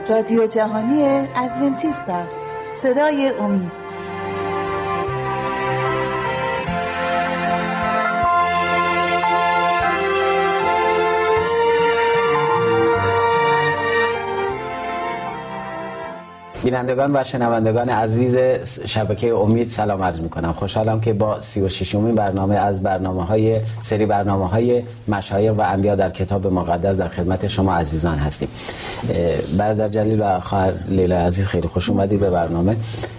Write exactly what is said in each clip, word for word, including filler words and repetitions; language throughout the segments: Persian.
رادیو جهانی ادونتیست است. صدای امید. بینندگان و شنوندگان عزیز شبکه امید سلام عرض میکنم. خوشحالم که با سی و ششمین برنامه از برنامه‌های سری برنامه‌های مشایخ و انبیا در کتاب مقدس در خدمت شما عزیزان هستیم. برادر جلیل و خواهر لیلا عزیز خیلی خوش اومدید به برنامه.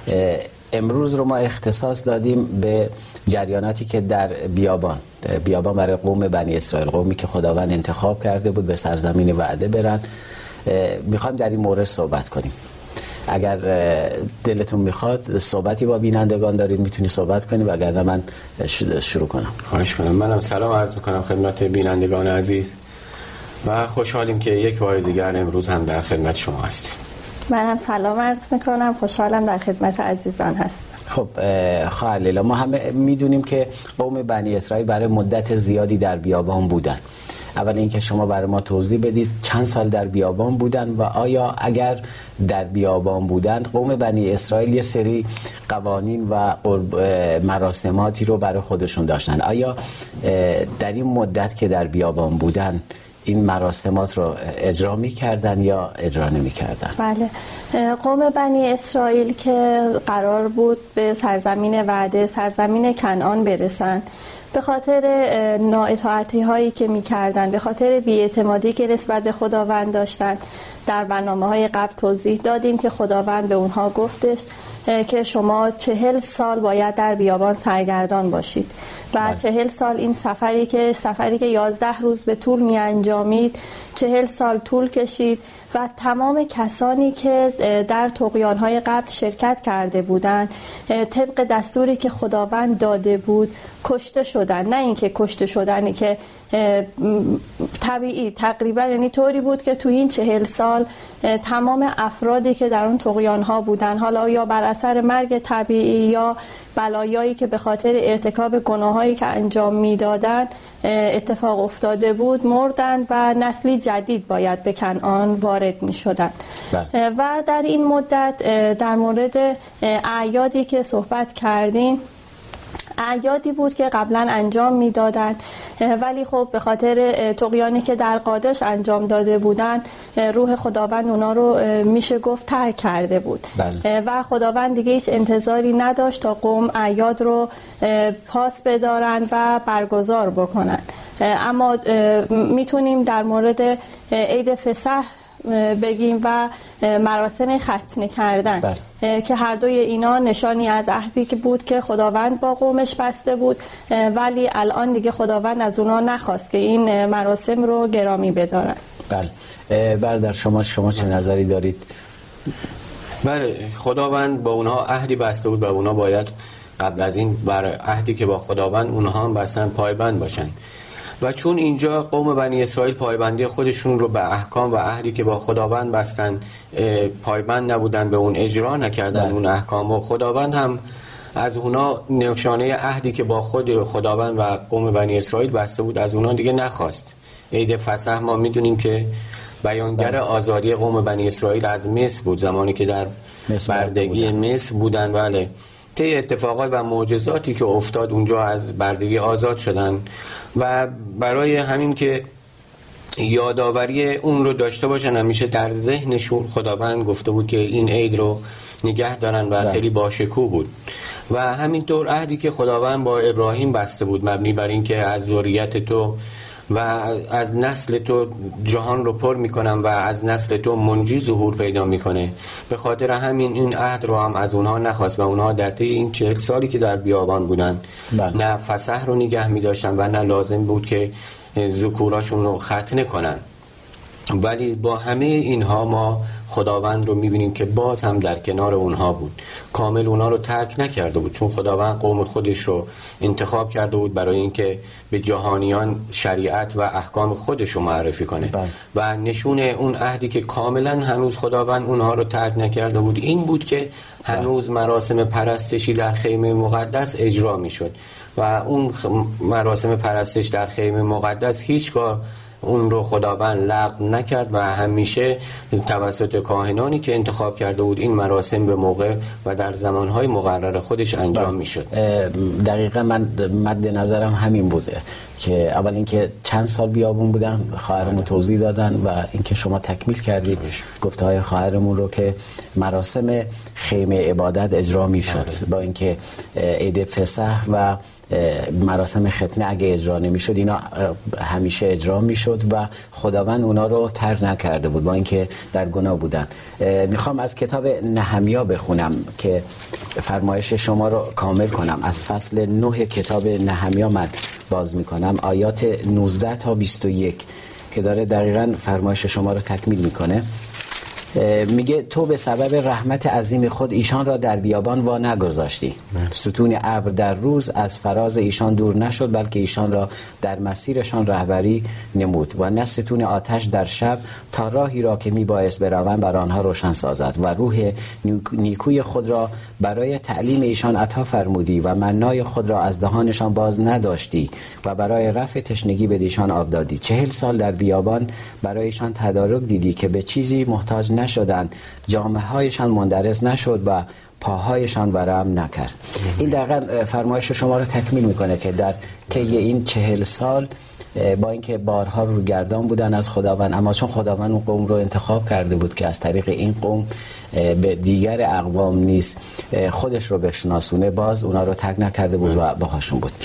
امروز رو ما اختصاص دادیم به جریاناتی که در بیابان بیابان برای قوم بنی اسرائیل، قومی که خداوند انتخاب کرده بود به سرزمین وعده برن. میخوایم در این مورد صحبت کنیم. اگر دلتون میخواد صحبتی با بینندگان دارید میتونی صحبت کنید و اگر نه من شروع کنم. خواهش کنم. منم سلام عرض میکنم خدمت بینندگان عزیز و خوشحالیم که یک بار دیگر امروز هم در خدمت شما هستیم. منم سلام عرض میکنم، خوشحالم در خدمت عزیزان هستم. خب خواهر لیلا، ما همه میدونیم که قوم بنی اسرائیل برای مدت زیادی در بیابان بودن. اول اینکه شما برای ما توضیح بدید چند سال در بیابان بودن و آیا اگر در بیابان بودند قوم بنی اسرائیل یه سری قوانین و مراسماتی رو برای خودشون داشتن، آیا در این مدت که در بیابان بودن این مراسمات رو اجرا می‌کردن یا اجرا نمی‌کردن؟ بله، قوم بنی اسرائیل که قرار بود به سرزمین وعده، سرزمین کنعان برسن، به خاطر نااطاعتی هایی که می‌کردن، به خاطر بی‌اعتمادی که نسبت به خداوند داشتن، در برنامه‌های قبل توضیح دادیم که خداوند به اونها گفتش که شما چهل سال باید در بیابان سرگردان باشید و چهل سال این سفری که سفری که یازده روز به طول می انجامید چهل سال طول کشید و تمام کسانی که در طغیان‌های قبل شرکت کرده بودند طبق دستوری که خداوند داده بود کشته شدن. نه اینکه کشته شدنی که طبیعی، تقریبا یعنی طوری بود که تو این چهل سال تمام افرادی که در اون طغیان‌ها بودن، حالا یا بر اثر مرگ طبیعی یا بلایایی که به خاطر ارتکاب گناهایی که انجام میدادن اتفاق افتاده بود، مردند و نسلی جدید باید به کنعان وارد می شدن. و در این مدت در مورد اعیادی که صحبت کردیم، اعیادی بود که قبلا انجام میدادن ولی خب به خاطر طغیانی که در قادش انجام داده بودن روح خداوند اونا رو میشه گفت ترک کرده بود. بله. و خداوند دیگه هیچ انتظاری نداشت تا قوم اعیاد رو پاس بدارن و برگزار بکنن. اما میتونیم در مورد عید فسح بگیم و مراسم ختنه کردن. بله. که هر دوی اینا نشانی از عهدی که بود که خداوند با قومش بسته بود، ولی الان دیگه خداوند از اونا نخواست که این مراسم رو گرامی بدارن. بله. برادر شما شما چه نظری دارید؟ بله، خداوند با اونها عهدی بسته بود و اونا باید قبل از این بر عهدی که با خداوند اونها هم بستن پایبند باشن. و چون اینجا قوم بنی اسرائیل پایبندی خودشون رو به احکام و عهدی که با خداوند بستن پایبند نبودن، به اون اجرا نکردن اون احکام، و خداوند هم از اونا نشانه عهدی که با خود خداوند و قوم بنی اسرائیل بسته بود از اونا دیگه نخواست. عید فسح ما میدونیم که بیانگر آزادی قوم بنی اسرائیل از مصر بود، زمانی که در بردگی مصر بودن. بله، طی اتفاقات و معجزاتی که افتاد اونجا از بردگی آزاد شدن و برای همین که یادآوری اون رو داشته باشن همیشه در ذهنشون، خداوند گفته بود که این عید رو نگه دارن و خیلی باشکوه بود. و همینطور عهدی که خداوند با ابراهیم بسته بود مبنی بر این که از ذریت تو و از نسل تو جهان رو پر میکنم و از نسل تو منجی ظهور پیدا میکنه، به خاطر همین این عهد رو هم از اونها نخواست و اونها در طی این چهل سالی که در بیابان بودن بله. نه فسح رو نگه میداشتن و نه لازم بود که ذکوراشون رو ختنه کنن. ولی با همه اینها ما خداوند رو میبینیم که باز هم در کنار اونها بود، کامل اونها رو ترک نکرده بود، چون خداوند قوم خودش رو انتخاب کرده بود برای اینکه به جهانیان شریعت و احکام خودش رو معرفی کنه. بله. و نشون اون عهدی که کاملا هنوز خداوند اونها رو ترک نکرده بود این بود که هنوز مراسم پرستشی در خیمه مقدس اجرا میشد و اون مراسم پرستش در خیمه مقدس هیچگاه اون رو خداوند لغو نکرد و همیشه توسط کاهنانی که انتخاب کرده بود این مراسم به موقع و در زمانهای مقرر خودش انجام میشد. دقیقا من مد نظرم همین بوده که اول اینکه چند سال بیابون بودن، خواهرمون توضیح دادن و اینکه شما تکمیل کردید گفته های خواهرمون رو که مراسم خیمه عبادت اجرا میشد، با اینکه عید فسح و مراسم ختنه اگه اجرا نمیشد اینا همیشه اجرا میشد و خداوند اونا رو تر نکرده بود با اینکه در گناه بودن. میخوام از کتاب نهمیا بخونم که فرمایش شما رو کامل کنم. از فصل نه کتاب نهمیا من باز میکنم، آیات نوزده تا بیست و یک که داره دقیقاً فرمایش شما رو تکمیل میکنه. میگه تو به سبب رحمت عظیم خود ایشان را در بیابان وا نگذاشتی، ستون ابر در روز از فراز ایشان دور نشد، بلکه ایشان را در مسیرشان رهبری نمود و نه ستون آتش در شب تا راهی را که میبایست بروند بر آنها روشن سازد و روح نیکوی خود را برای تعلیم ایشان عطا فرمودی و منای خود را از دهانشان باز نداشتی و برای رفع تشنگی به ایشان آب دادی. چهل سال در بیابان برایشان تدارک دیدی که به چیزی محتاج نشدن، جامه هایشان مندرس نشد و پاهایشان ورم نکرد. این دقیقا فرمایش شما رو تکمیل میکنه که در طی این چهل سال با اینکه بارها رو گردان بودن از خداوند، اما چون خداوند اون قوم رو انتخاب کرده بود که از طریق این قوم به دیگر اقوام نیست خودش رو بشناسونه، باز اونا رو ترک نکرده بود و باهاشون بود.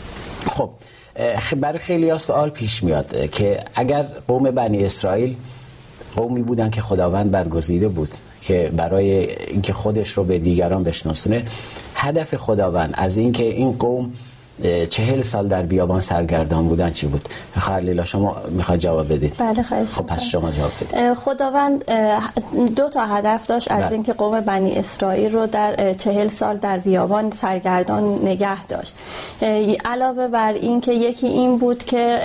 خب برای خیلی ها سوال پیش میاد که اگر قوم بنی اسرائیل قومی بودن که خداوند برگزیده بود که برای اینکه خودش رو به دیگران بشناسونه، هدف خداوند از اینکه این قوم چهل سال در بیابان سرگردان بودن چی بود؟ خواهر لیلا شما میخواید جواب بدید؟ بله خواهش خب پس شما جواب بدید. خداوند دو تا هدف داشت از اینکه قوم بنی اسرائیل رو در چهل سال در بیابان سرگردان نگه داشت. علاوه بر این که یکی این بود که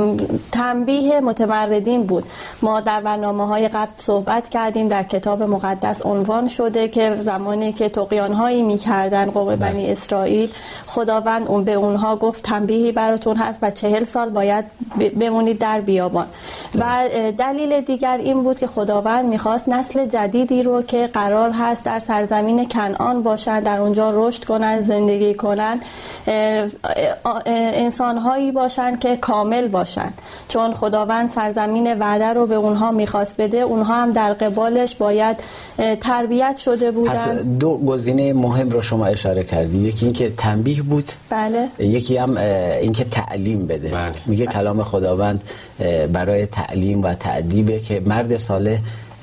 تنبیه متمردین بود. ما در برنامه‌های قبل صحبت کردیم، در کتاب مقدس عنوان شده که زمانی که طغیان‌هایی می‌کردن قوم بنی اسرائیل، خداوند اون به اونها گفت تنبیهی براتون هست و چهل سال باید بمونید در بیابان. و دلیل دیگر این بود که خداوند میخواست نسل جدیدی رو که قرار هست در سرزمین کنعان باشن، در اونجا رشد کنن، زندگی کنن، انسانهایی باشن که کامل باشن، چون خداوند سرزمین وعده رو به اونها میخواست بده، اونها هم در قبالش باید تربیت شده بودن. پس دو گزینه مهم رو شما اشاره کردی، یکی این که تنبیه بود، بله. یکی هم این که تعلیم بده. بله. میگه بله. کلام خداوند برای تعلیم و تأدیبه که مرد صالح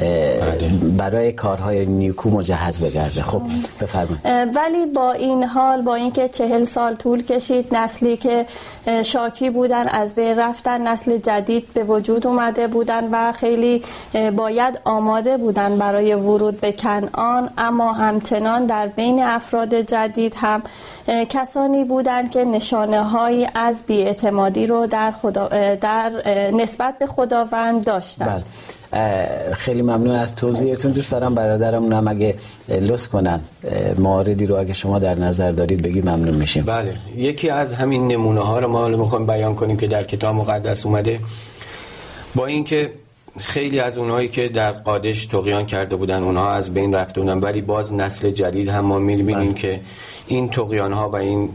برای کارهای نیکو مجهز بگرده. خب بفرمایید. ولی با این حال، با اینکه چهل سال طول کشید، نسلی که شاکی بودن از بین رفتن، نسل جدید به وجود اومده بودن و خیلی باید آماده بودن برای ورود به کنعان، اما همچنان در بین افراد جدید هم کسانی بودن که نشانه هایی از بی‌اعتمادی رو در, خدا... در نسبت به خداوند داشتن. بله. خیلی ممنون از توضیحتون. دوست دارم برادرمون هم اگه لطف کنن مواردی رو اگه شما در نظر دارید بگید ممنون میشیم. بله، یکی از همین نمونه ها رو ما میخوایم بیان کنیم که در کتاب مقدس اومده. با اینکه خیلی از اونهایی که در قادش طغیان کرده بودن اونها از بین رفته بودن، ولی باز نسل جدید هم ما میبینیم که این طغیان ها و این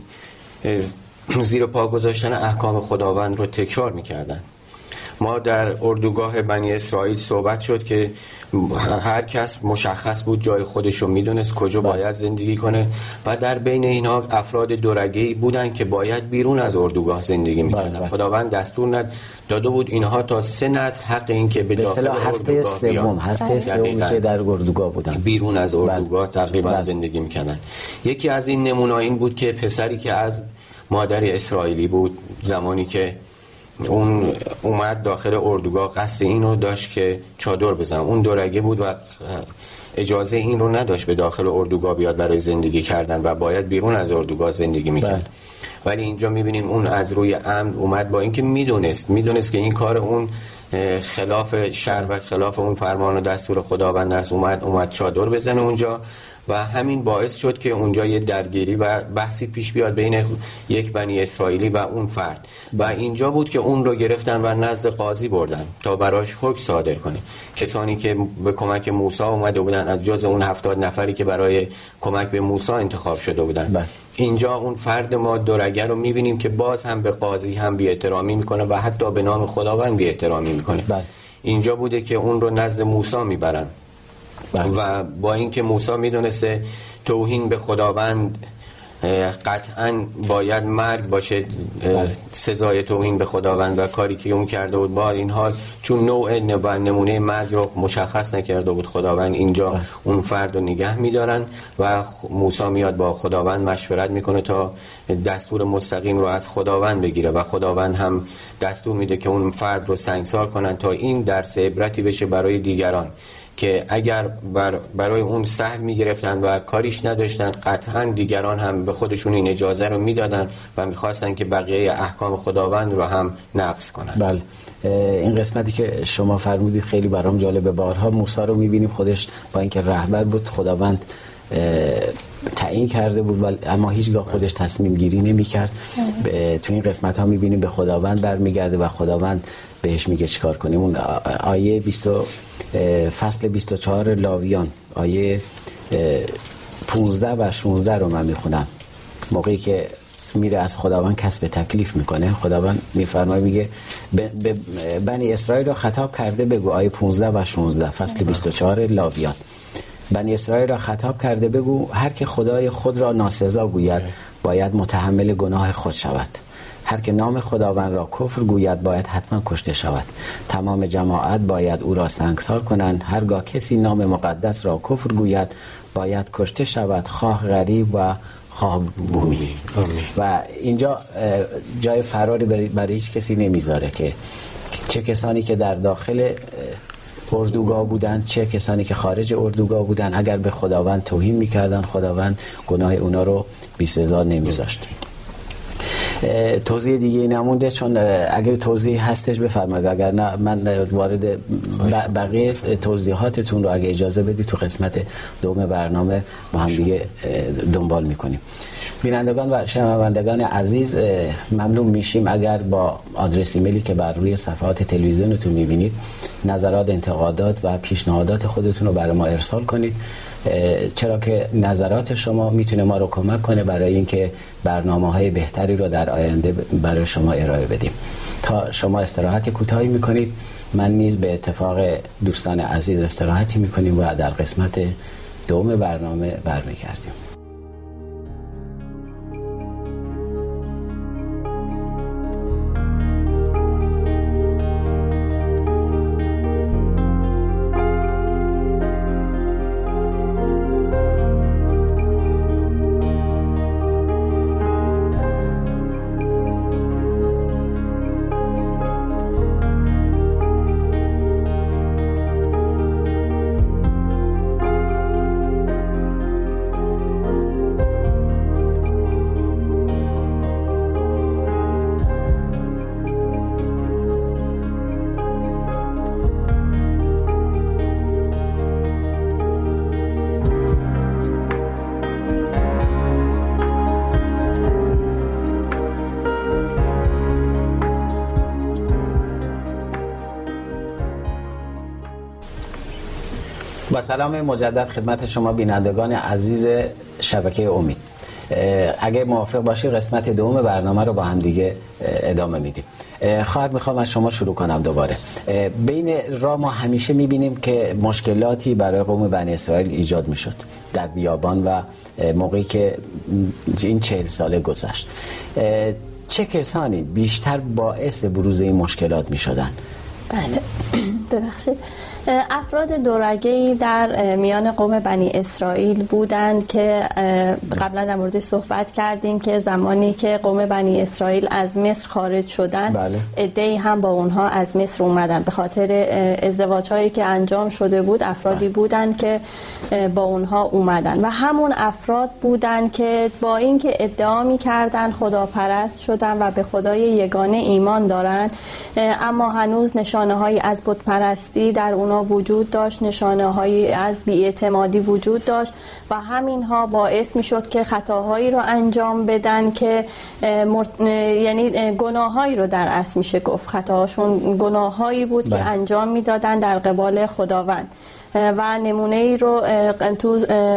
زیر پا گذاشتن احکام خداوند رو تکرار میکردن. ما در اردوگاه بنی اسرائیل صحبت شد که هر کس مشخص بود جای خودش رو میدونست کجا باید زندگی کنه و در بین اینها افراد دورگه‌ای بودن که باید بیرون از اردوگاه زندگی میکردن. خداوند دستور داده بود اینها تا سه نسل حق این که به داخل هسته سوم هسته سومی که در اردوگاه بودن بیرون از اردوگاه تقریبا زندگی میکردن. یکی از این نمونه این بود که پسری که از مادر اسرائیلی بود، زمانی که اون اومد داخل اردوگاه قصد این رو داشت که چادر بزنه، اون دورگه بود و اجازه این رو نداشت به داخل اردوگاه بیاد برای زندگی کردن و باید بیرون از اردوگاه زندگی میکرد. ولی اینجا میبینیم اون از روی عمد اومد، با اینکه میدونست میدونست که این کار اون خلاف شرع و خلاف اون فرمان و دستور خداوند است، اومد اومد چادر بزنه اونجا و همین باعث شد که اونجا یه درگیری و بحثی پیش بیاد بین یک بنی اسرائیلی و اون فرد و اینجا بود که اون رو گرفتن و نزد قاضی بردن تا براش حکم صادر کنه. کسانی که به کمک موسی اومده بودن از جز اون هفتاد نفری که برای کمک به موسی انتخاب شده بودن بله. اینجا اون فرد ما دورگر رو میبینیم که باز هم به قاضی هم بی احترامی میکنه و حتی به نام خداوند بی احترامی میکنه بله. اینجا بوده که اون رو نزد موسی میبرن بله. و با اینکه موسی میدونسته توهین به خداوند قطعاً باید مرگ باشه بله. سزای توهین به خداوند و کاری که اون کرده بود، با این حال چون نوع و نمونه مرگ رو مشخص نکرده بود خداوند، اینجا بله. اون فرد رو نگه میدارن و موسی میاد با خداوند مشورت میکنه تا دستور مستقیم رو از خداوند بگیره و خداوند هم دستور میده که اون فرد رو سنگسار کنن تا این درس عبرتی بشه برای دیگران که اگر بر برای اون سهل میگرفتن و کاریش نداشتن قطعا دیگران هم به خودشون این اجازه رو میدادن و میخواستن که بقیه احکام خداوند رو هم نقض کنن. بله این قسمتی که شما فرمودید خیلی برام جالبه. بارها موسی رو میبینیم خودش با اینکه رهبر بود خداوند تعیین کرده بود اما هیچگاه خودش تصمیم گیری نمی کرد. تو این قسمت ها میبینیم به خداوند برمیگرده و خداوند بهش میگه چیکار کنیم. اون آیه بیست فصل بیست و چهار لاویان آیه پانزده و شانزده رو من میخونم. موقعی که میره از خداوند کسب تکلیف میکنه خداوند میفرماید میگه به بنی اسرائیل رو خطاب کرده بگو. آیه پانزده و شانزده فصل بیست و چهار لاویان. بنی اسرائیل را خطاب کرده بگو هر که خدای خود را ناسزا گوید باید متحمل گناه خود شود. هر که نام خداوند را کفر گوید باید حتما کشته شود. تمام جماعت باید او را سنگسار کنند. هرگاه کسی نام مقدس را کفر گوید باید کشته شود، خواه غریب و خواه بومی. و اینجا جای فراری برای هیچ کسی نمیذاره که چه کسانی که در داخل اردوگاه بودن چه کسانی که خارج اردوگاه بودن اگر به خداوند توهین میکردن خداوند گناه اونا رو بی سزا نمیذاشت. توضیح دیگه نمونده چون اگه توضیح هستش بفرمایید، اگر نه من وارد بقیه توضیحاتتون رو اگه اجازه بدید تو قسمت دوم برنامه با هم دیگه دنبال میکنیم. بینندگان و شنوندگان عزیز ممنون میشیم اگر با آدرس ایمیلی که بر روی صفحات تلویزیونتون میبینید نظرات، انتقادات و پیشنهادات خودتون رو برای ما ارسال کنید، چرا که نظرات شما میتونه ما رو کمک کنه برای اینکه برنامه‌های بهتری رو در آینده برای شما ارائه بدیم. تا شما استراحت کوتاهی میکنید من نیز به اتفاق دوستان عزیز استراحتی میکنیم و در قسمت دوم برنامه برمیگردیم. با سلام مجدد خدمت شما بینندگان عزیز شبکه امید. اگه موافق باشی قسمت دوم برنامه رو با هم دیگه ادامه میدیم. خواهر میخوام از شما شروع کنم دوباره. بین راه ما همیشه میبینیم که مشکلاتی برای قوم بنی اسرائیل ایجاد میشد در بیابان و موقعی که این چهل ساله گذشت. چه کسانی بیشتر باعث بروز این مشکلات میشدن؟ بله ببخشید. افراد دورگه‌ای در میان قوم بنی اسرائیل بودند که قبلا در موردش صحبت کردیم که زمانی که قوم بنی اسرائیل از مصر خارج شدن بله. عده‌ای هم با اونها از مصر اومدن به خاطر ازدواج‌هایی که انجام شده بود. افرادی بله. بودند که با اونها اومدن و همون افراد بودند که با اینکه ادعا می‌کردن خداپرست شدن و به خدای یگانه ایمان دارن اما هنوز نشانه‌هایی از بت‌پرستی در اون اونا وجود داشت، نشانه هایی از بی‌اعتمادی وجود داشت و همینها باعث می شد که خطاهایی رو انجام بدن که مرت... یعنی گناهایی رو در اصل میشه گفت خطاهاشون گناهایی بود بله. که انجام میدادن در قبال خداوند و نمونه ای رو تو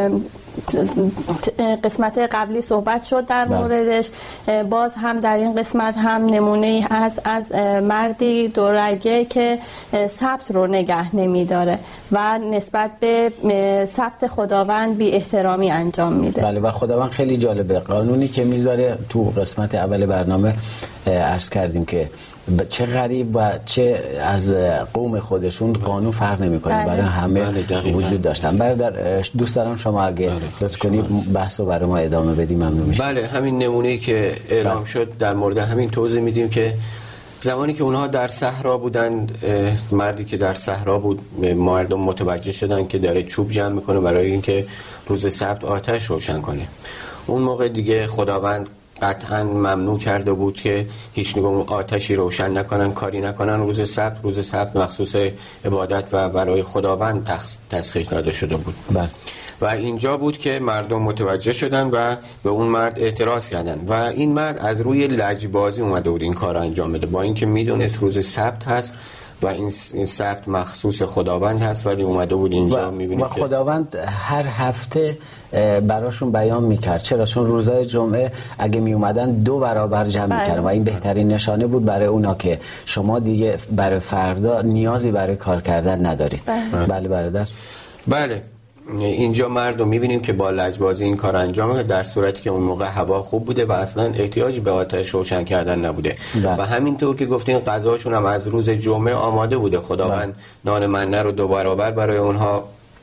قسمت قبلی صحبت شد در موردش. باز هم در این قسمت هم نمونه ای هست از مردی دورگه که سبت رو نگه نمی داره و نسبت به سبت خداوند بی احترامی انجام میده. بله و خداوند خیلی جالبه قانونی که میذاره تو قسمت اول برنامه عرض کردیم که چه غریب و چه از قوم خودشون قانون فرق نمی‌کنه برای همه بله وجود داشتن. برادر دوست دارم شما اگه لطف کنید بحث رو برای ما ادامه بدیم ممنون میشم. بله همین نمونه‌ای که اعلام بله. شد در مورد همین توضیح میدیم که زمانی که اونها در صحرا بودند، مردی که در صحرا بود مردم متوجه شدن که داره چوب جمع میکنه برای اینکه روز سبت آتش روشن کنه. اون موقع دیگه خداوند قطعا ممنوع کرده بود که هیچ نگاه آتشی روشن نکنن، کاری نکنن روز سبت. روز سبت مخصوص عبادت و برای خداوند تسخیر داده شده بود بله. و اینجا بود که مردم متوجه شدن و به اون مرد اعتراض کردن و این مرد از روی لجبازی اومده بود این کار انجام بده، با اینکه میدونست روز سبت هست و این سبت مخصوص خداوند هست ولی اومده بود اینجا. میبینید و خداوند هر هفته براشون بیان میکرد، چرا؟ چون روزهای جمعه اگه میومدن دو برابر جمع میکردن و این بهترین نشانه بود برای اونا که شما دیگه برای فردا نیازی برای کار کردن ندارید. بله, بله برادر. بله اینجا مردم میبینیم که با لجبازی این کار انجام میده در صورتی که اون موقع هوا خوب بوده و اصلا احتیاجی به آتش روشن کردن نبوده بله. و همینطور که گفتین غذاشون هم از روز جمعه آماده بوده، خداوند بله. نان منه رو دو برابر برای اونها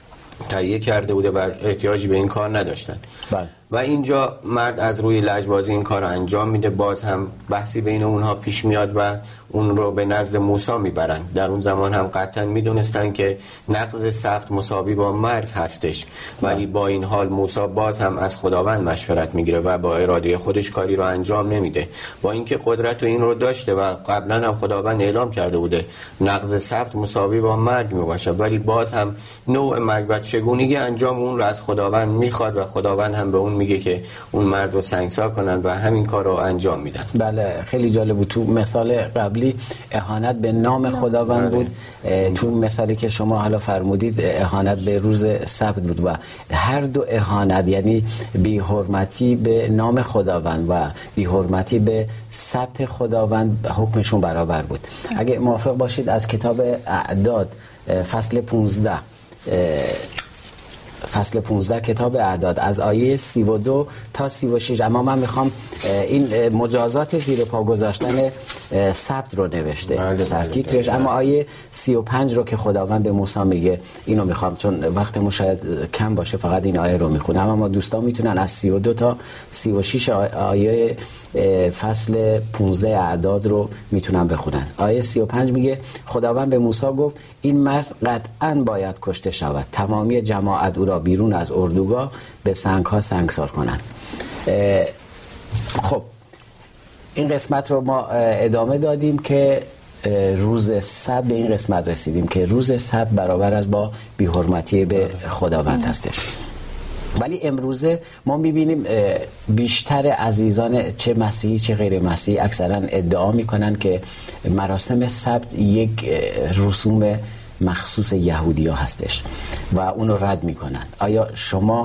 تهیه کرده بوده و احتیاجی به این کار نداشتن بله. و اینجا مرد از روی لجبازی این کار انجام میده. باز هم بحثی بین اونها پیش میاد و اون رو به نزد موسی میبرن. در اون زمان هم قطعا میدونستن که نقض سبت مساوی با مرگ هستش ولی با این حال موسی باز هم از خداوند مشورت میگیره و با اراده خودش کاری رو انجام نمیده، با اینکه قدرت و این رو داشته و قبلا هم خداوند اعلام کرده بوده نقض سبت مساوی با مرگ میباشه ولی باز هم نوع مرگ و چگونگی انجام اون رو از خداوند میخواد و خداوند هم به اون میگه که اون مرد رو سنگسار کنن و همین کار رو انجام میدن. بله خیلی جالب بود. تو مثال قبلی اهانت به نام خداوند بود، تو مثالی که شما حالا فرمودید اهانت به روز سبت بود و هر دو اهانت یعنی بی‌حرمتی به نام خداوند و بی‌حرمتی به سبت خداوند حکمشون برابر بود. اگه موافق باشید از کتاب اعداد فصل پانزده فصل پانزده کتاب اعداد از آیه سی و دو تا سی و شش، اما من میخوام این مجازات زیر پا گذاشتن سبت رو نوشته سرتیترش، اما آیه سی و پنج رو که خداوند به موسی میگه اینو میخوام، چون وقتمون شاید کم باشه فقط این آیه رو میخونم، اما دوستان میتونن از سی و دو تا سی و شش آیه فصل پانزده اعداد رو میتونن بخونن. آیه سی و پنج میگه خداوند به موسی گفت این مرد قطعاً باید کشته شود، تمامی جماعت او را بیرون از اردوگاه به سنگ ها سنگسار کنند. خب این قسمت رو ما ادامه دادیم که روز سبت به این قسمت رسیدیم که روز سبت برابر از با بی‌حرمتی به خداوند هستش. ولی امروزه ما میبینیم بیشتر عزیزان چه مسیحی چه غیر مسیحی اکثرا ادعا میکنن که مراسم سبت یک رسوم مخصوص یهودی ها هستش و اونو رد میکنن. آیا شما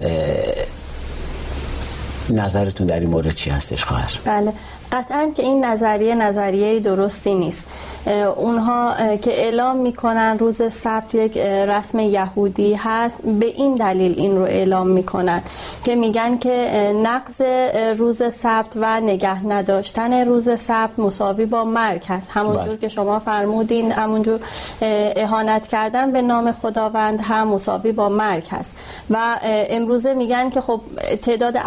نظرتون در این مورد چی هستش خواهر؟ بله قطعاً که این نظریه نظریه درستی نیست. اونها که اعلام میکنن روز سبت یک رسم یهودی هست به این دلیل این رو اعلام میکنن که میگن که نقض روز سبت و نگه نداشتن روز سبت مساوی با مرگ هست. همونجور که شما فرمودین همونجور اهانت کردن به نام خداوند هم مساوی با مرگ هست و امروزه میگن که خب تعداد افرادی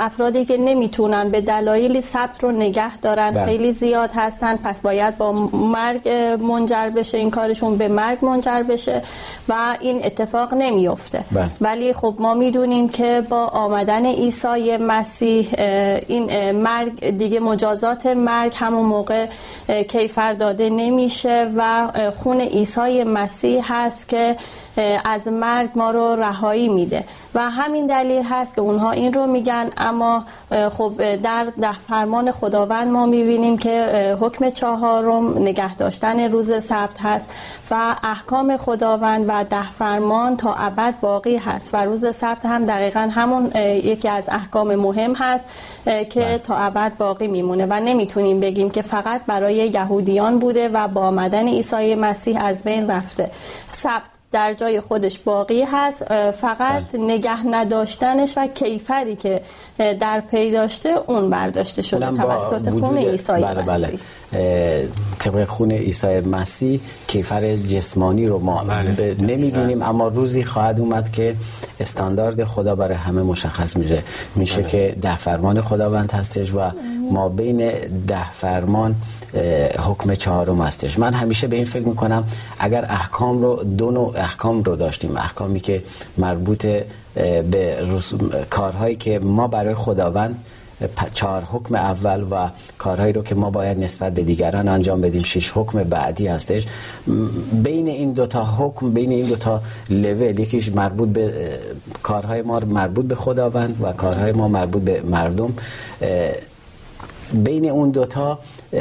افرادی که نمیتونن به دلایلی سبت رو نگه دارن بله. خیلی زیاد هستن، پس باید با مرگ منجر بشه، این کارشون به مرگ منجر بشه و این اتفاق نمیفته. بله. ولی خب ما میدونیم که با آمدن عیسی مسیح این مرگ دیگه، مجازات مرگ همون موقع کیفر داده نمیشه و خون عیسی مسیح هست که از مرگ ما رو رهایی میده و همین دلیل هست که اونها این رو میگن. اما خب در ده فرمان خداوند ما میبینیم که حکم چهارم نگه داشتن روز سبت هست و احکام خداوند و ده فرمان تا ابد باقی هست و روز سبت هم دقیقاً همون یکی از احکام مهم هست که بله. تا ابد باقی میمونه و نمیتونیم بگیم که فقط برای یهودیان بوده و با آمدن عیسی مسیح از بین رفته. سبت در جای خودش باقی هست، فقط بله. نگه نداشتنش و کیفری که در پی داشته اون برداشته شده توسط خون عیسی بله مسیح. بله. طبق خون عیسی مسیح کیفر جسمانی رو ما بله. نمیبینیم، اما روزی خواهد اومد که استاندارد خدا برای همه مشخص میشه میشه بله. که ده فرمان خداوند هستش و ما بین ده فرمان حکم چهارم هستش. من همیشه به این فکر میکنم اگر احکام رو دو نوع احکام رو داشتیم، احکامی که مربوط به رسوم کارهایی که ما برای خداوند، چهار حکم اول و کارهایی رو که ما باید نسبت به دیگران انجام بدیم، شش حکم بعدی هستش. بین این دوتا حکم، بین این دوتا لول، یکیش مربوط به کارهای ما مربوط به خداوند و کارهای ما مربوط به مردم، بین اون دوتا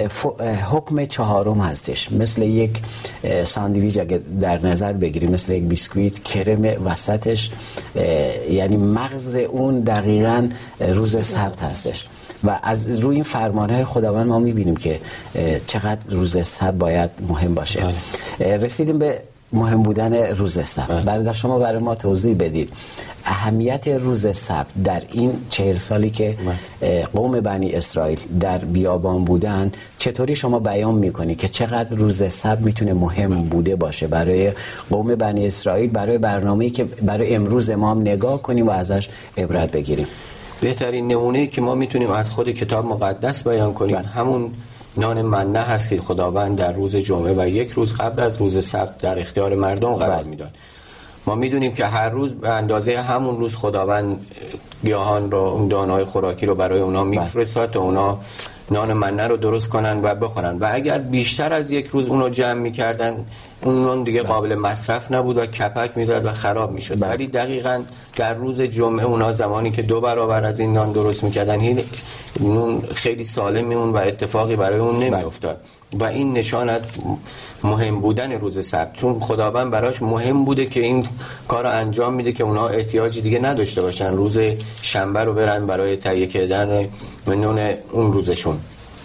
حکم چهارم هستش. مثل یک ساندویچ اگه در نظر بگیریم، مثل یک بیسکویت، کرم وسطش یعنی مغز اون دقیقاً روز سبت هستش و از روی این فرمانهای خداوند ما میبینیم که چقدر روز سبت باید مهم باشه. رسیدیم به مهم بودن روز سبت. برادر شما برای ما توضیح بدید اهمیت روز سبت در این چهل سالی که قوم بنی اسرائیل در بیابان بودن، چطوری شما بیان میکنی که چقدر روز سبت میتونه مهم بوده باشه برای قوم بنی اسرائیل، برای برنامه‌ای که برای امروز ما هم نگاه کنیم و ازش عبرت بگیریم؟ بهترین نمونه‌ای که ما میتونیم از خود کتاب مقدس بیان کنیم بله. همون نان منه هست که خداوند در روز جمعه و یک روز قبل از روز سبت در اختیار مردم قرار میداد. ما میدونیم که هر روز به اندازه همون روز خداوند گیاهان رو، اون دانه‌های خوراکی رو برای اونا میفرستاد تا اونا نان منه رو درست کنن و بخورن و اگر بیشتر از یک روز اونو جمع میکردن اون دیگه قابل مصرف نبود و کپک میزد و خراب میشد. ولی دقیقاً در روز جمعه اونا زمانی که دو برابر از این نان درست میکردن، این خیلی سالم میمون و اتفاقی برای اون نمیافتاد و این نشان از مهم بودن روز سبت، چون خداوند براش مهم بوده که این کار رو انجام میده که اونا احتیاجی دیگه نداشته باشن روز شنبه رو برن برای تهیه کردن نون اون روزشون.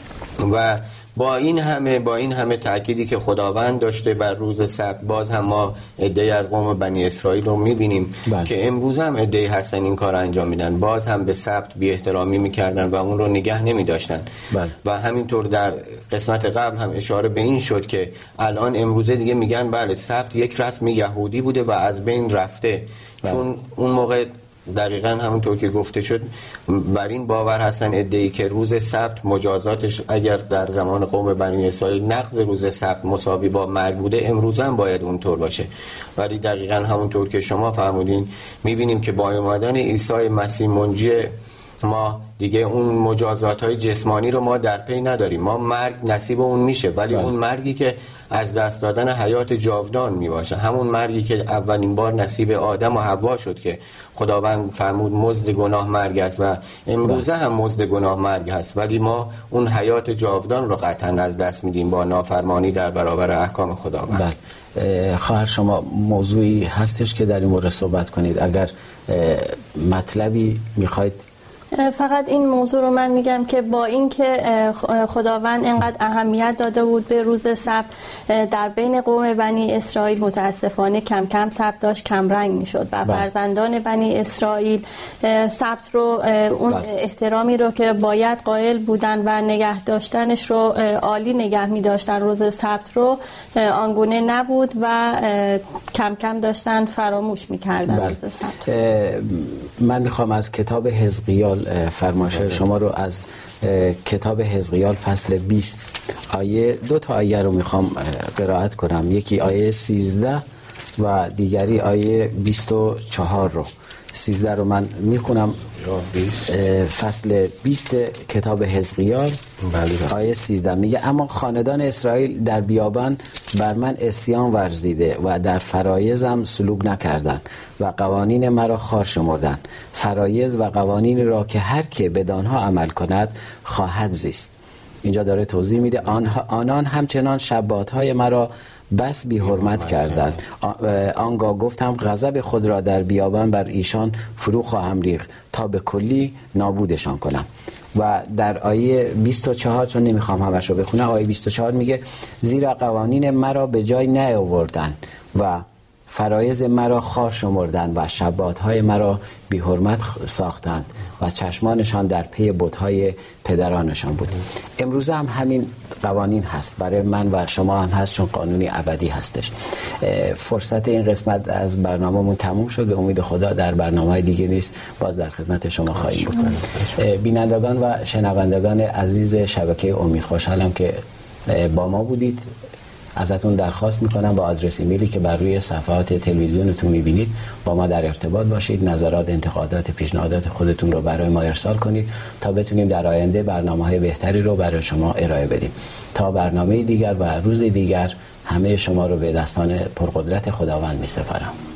و با این همه با این همه تأکیدی که خداوند داشته بر روز سبت، باز هم ما عده‌ای از قوم بنی اسرائیل رو می‌بینیم بله. که امروز هم عده‌ای هستن این کار انجام میدن، باز هم به سبت بی احترامی می‌کردن و اون رو نگه نمی‌داشتن بله. و همینطور در قسمت قبل هم اشاره به این شد که الان امروزه دیگه میگن بله سبت یک رسم یهودی بوده و از بین رفته بله. چون اون موقع دقیقاً همونطور که گفته شد بر این باور هستن عده‌ای که روز سبت مجازاتش اگر در زمان قوم بنی اسرائیل نقض روز سبت مساوی با مرگ بوده، امروز هم باید اونطور باشه. ولی دقیقاً همونطور که شما فرمودین می‌بینیم که با اومدن عیسی مسیح منجی ما دیگه اون مجازات‌های جسمانی رو ما در پی نداریم. ما مرگ نصیب اون میشه، ولی بله. اون مرگی که از دست دادن حیات جاودان میباشه، همون مرگی که اولین بار نصیب آدم و حوا شد که خداوند فرمود مزد گناه مرگ است و امروزه هم مزد گناه مرگ هست، ولی ما اون حیات جاودان رو قطعا از دست میدیم با نافرمانی در برابر احکام خداوند. بله. خواهر شما موضوعی هستش که در این مورد صحبت کنید؟ اگر مطلبی میخواید. فقط این موضوع رو من میگم که با اینکه خداوند اینقدر اهمیت داده بود به روز سبت، در بین قوم بنی اسرائیل متاسفانه کم کم سبت داشت کم رنگ میشد و فرزندان بنی اسرائیل سبت رو اون احترامی رو که باید قائل بودن و نگه داشتنش رو عالی نگه میداشتن، روز سبت رو آنگونه نبود و کم کم داشتن فراموش میکردن روز سبت. من میخوام از کتاب حزقیال اول فرمایش شما رو از کتاب حزقیال فصل بیست آیه دو تا آیه رو میخوام قرائت کنم. یکی آیه سیزده و دیگری آیه بیست و چهار رو. سیزده رو من میخونم. فصل بیست کتاب حزقیال آیه سیزده میگه: اما خاندان اسرائیل در بیابان بر من عصیان ورزیده و در فرایضم سلوک نکردند و قوانین مرا خوار شمردند. فرایض و قوانین را که هر که بدانها عمل کند خواهد زیست. اینجا داره توضیح میده آنان همچنان شباتهای مرا بس بی حرمت کردند. آنگاه گفتم غضب خود را در بیابان بر ایشان فرو خواهم ریخت تا به کلی نابودشان کنم. و در آیه بیست و چهار، چون نمیخوام همش رو بخونم، آیه بیست و چهار میگه: زیرا قوانین مرا به جای نیاوردند و فرایض مرا خوار شمردند و شباتهای مرا بی حرمت ساختند و چشمانشان در پی بت‌های پدرانشان بود. امروز هم همین قوانین هست، برای من و شما هم هست، چون قانونی ابدی هستش. فرصت این قسمت از برنامه‌مون تموم شد. به امید خدا در برنامه‌های دیگه نیست باز در خدمت شما خواهیم بود. بینندگان و شنوندگان عزیز شبکه امید، خوشحالم که با ما بودید. ازتون درخواست میکنم با آدرس ایمیلی که بر روی صفحات تلویزیونتون میبینید با ما در ارتباط باشید. نظرات، انتقادات، پیشنهادات خودتون رو برای ما ارسال کنید تا بتونیم در آینده برنامه‌های بهتری رو برای شما ارائه بدیم. تا برنامه دیگر و روز دیگر همه شما رو به دستان پرقدرت خداوند میسپارم.